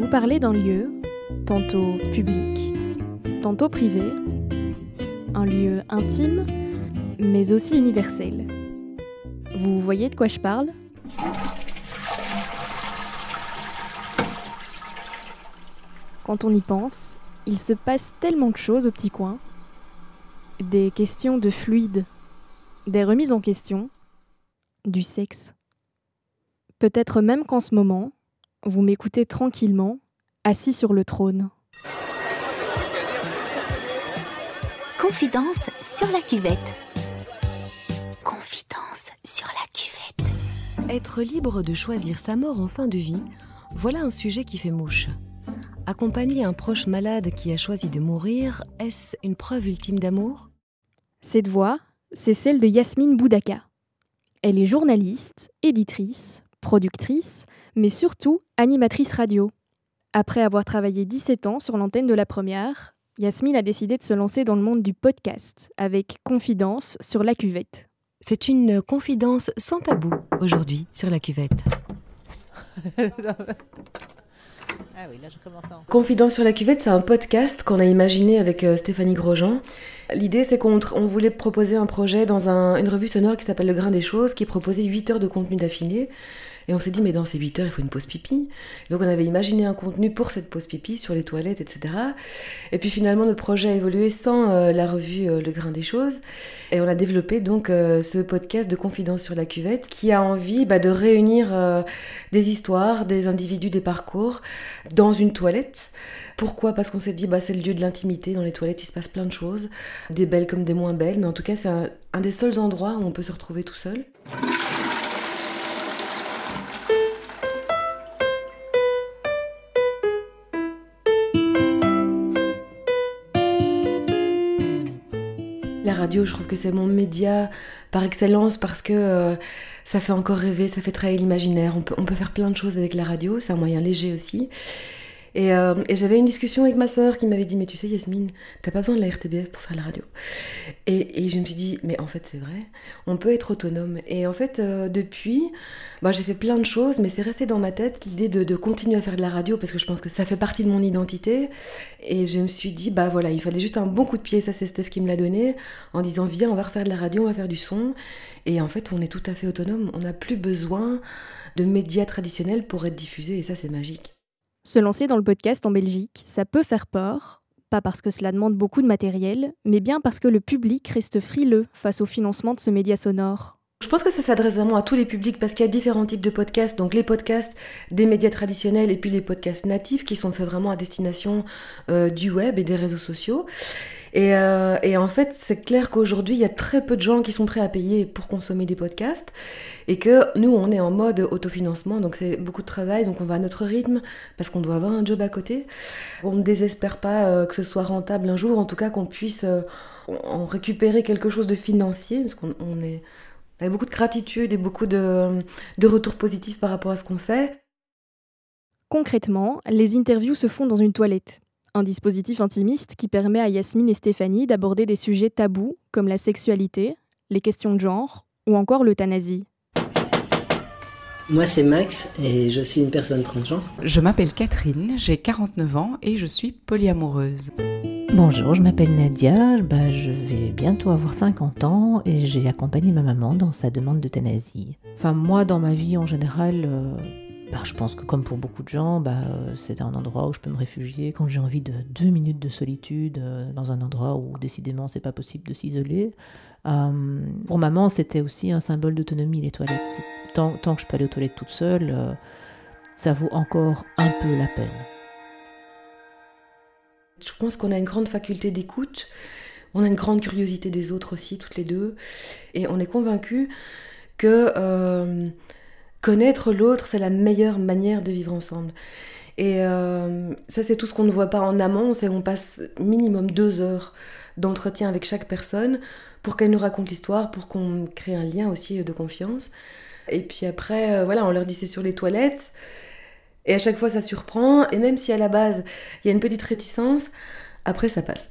vous parler d'un lieu, tantôt public, tantôt privé, un lieu intime, mais aussi universel. Vous voyez de quoi je parle ? Quand on y pense, il se passe tellement de choses au petit coin. Des questions de fluide, des remises en question, du sexe. Peut-être même qu'en ce moment, vous m'écoutez tranquillement, assis sur le trône. Confidence sur la cuvette. Confidence sur la cuvette. Être libre de choisir sa mort en fin de vie, voilà un sujet qui fait mouche. Accompagner un proche malade qui a choisi de mourir, est-ce une preuve ultime d'amour ? Cette voix, c'est celle de Yasmine Boudaka. Elle est journaliste, éditrice, productrice, mais surtout animatrice radio. Après avoir travaillé 17 ans sur l'antenne de la première, Yasmine a décidé de se lancer dans le monde du podcast avec Confidence sur la cuvette. C'est une confidence sans tabou aujourd'hui sur la cuvette. Ah oui, là je commence à... Confidence sur la cuvette, c'est un podcast qu'on a imaginé avec Stéphanie Grosjean. L'idée, c'est qu'on voulait proposer un projet dans une revue sonore qui s'appelle Le Grain des Choses, qui proposait 8 heures de contenu d'affilée. Et on s'est dit, mais dans ces 8 heures, il faut une pause pipi. Donc on avait imaginé un contenu pour cette pause pipi, sur les toilettes, etc. Et puis finalement, notre projet a évolué sans la revue Le Grain des Choses. Et on a développé donc ce podcast de Confidence sur la cuvette qui a envie de réunir des histoires, des individus, des parcours dans une toilette. Pourquoi ? Parce qu'on s'est dit, c'est le lieu de l'intimité. Dans les toilettes, il se passe plein de choses, des belles comme des moins belles. Mais en tout cas, c'est un des seuls endroits où on peut se retrouver tout seul. La radio, je trouve que c'est mon média par excellence parce que ça fait encore rêver, ça fait travailler l'imaginaire. On peut faire plein de choses avec la radio, c'est un moyen léger aussi. Et j'avais une discussion avec ma sœur qui m'avait dit « Mais tu sais Yasmine, t'as pas besoin de la RTBF pour faire la radio. » Et je me suis dit « Mais en fait c'est vrai, on peut être autonome. » Et en fait depuis, j'ai fait plein de choses, mais c'est resté dans ma tête l'idée de continuer à faire de la radio parce que je pense que ça fait partie de mon identité. Et je me suis dit voilà, il fallait juste un bon coup de pied, ça c'est Steph qui me l'a donné, en disant « Viens, on va refaire de la radio, on va faire du son. » Et en fait on est tout à fait autonome, on n'a plus besoin de médias traditionnels pour être diffusés et ça c'est magique. Se lancer dans le podcast en Belgique, ça peut faire peur, pas parce que cela demande beaucoup de matériel, mais bien parce que le public reste frileux face au financement de ce média sonore. Je pense que ça s'adresse vraiment à tous les publics parce qu'il y a différents types de podcasts, donc les podcasts des médias traditionnels et puis les podcasts natifs qui sont faits vraiment à destination du web et des réseaux sociaux. Et en fait, c'est clair qu'aujourd'hui, il y a très peu de gens qui sont prêts à payer pour consommer des podcasts et que nous, on est en mode autofinancement, donc c'est beaucoup de travail, donc on va à notre rythme parce qu'on doit avoir un job à côté. On ne désespère pas que ce soit rentable un jour, en tout cas qu'on puisse en récupérer quelque chose de financier parce qu'on est... avec beaucoup de gratitude et beaucoup de retours positifs par rapport à ce qu'on fait. Concrètement, les interviews se font dans une toilette. Un dispositif intimiste qui permet à Yasmine et Stéphanie d'aborder des sujets tabous comme la sexualité, les questions de genre ou encore l'euthanasie. Moi c'est Max et je suis une personne transgenre. Je m'appelle Catherine, j'ai 49 ans et je suis polyamoureuse. Bonjour, je m'appelle Nadia, je vais bientôt avoir 50 ans et j'ai accompagné ma maman dans sa demande d'euthanasie. Enfin, moi, dans ma vie en général, je pense que comme pour beaucoup de gens, c'est un endroit où je peux me réfugier quand j'ai envie de 2 minutes de solitude dans un endroit où décidément c'est pas possible de s'isoler. Pour maman, c'était aussi un symbole d'autonomie, les toilettes. Tant que je peux aller aux toilettes toute seule, ça vaut encore un peu la peine. Je pense qu'on a une grande faculté d'écoute, on a une grande curiosité des autres aussi, toutes les deux, et on est convaincus que connaître l'autre, c'est la meilleure manière de vivre ensemble. Et ça, c'est tout ce qu'on ne voit pas en amont, c'est qu'on passe minimum 2 heures d'entretien avec chaque personne pour qu'elle nous raconte l'histoire, pour qu'on crée un lien aussi de confiance. Et puis après, on leur dit c'est sur les toilettes. Et à chaque fois, ça surprend. Et même si à la base, il y a une petite réticence, après, ça passe.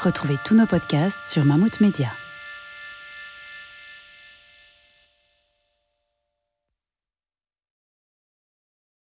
Retrouvez tous nos podcasts sur Mammouth Media.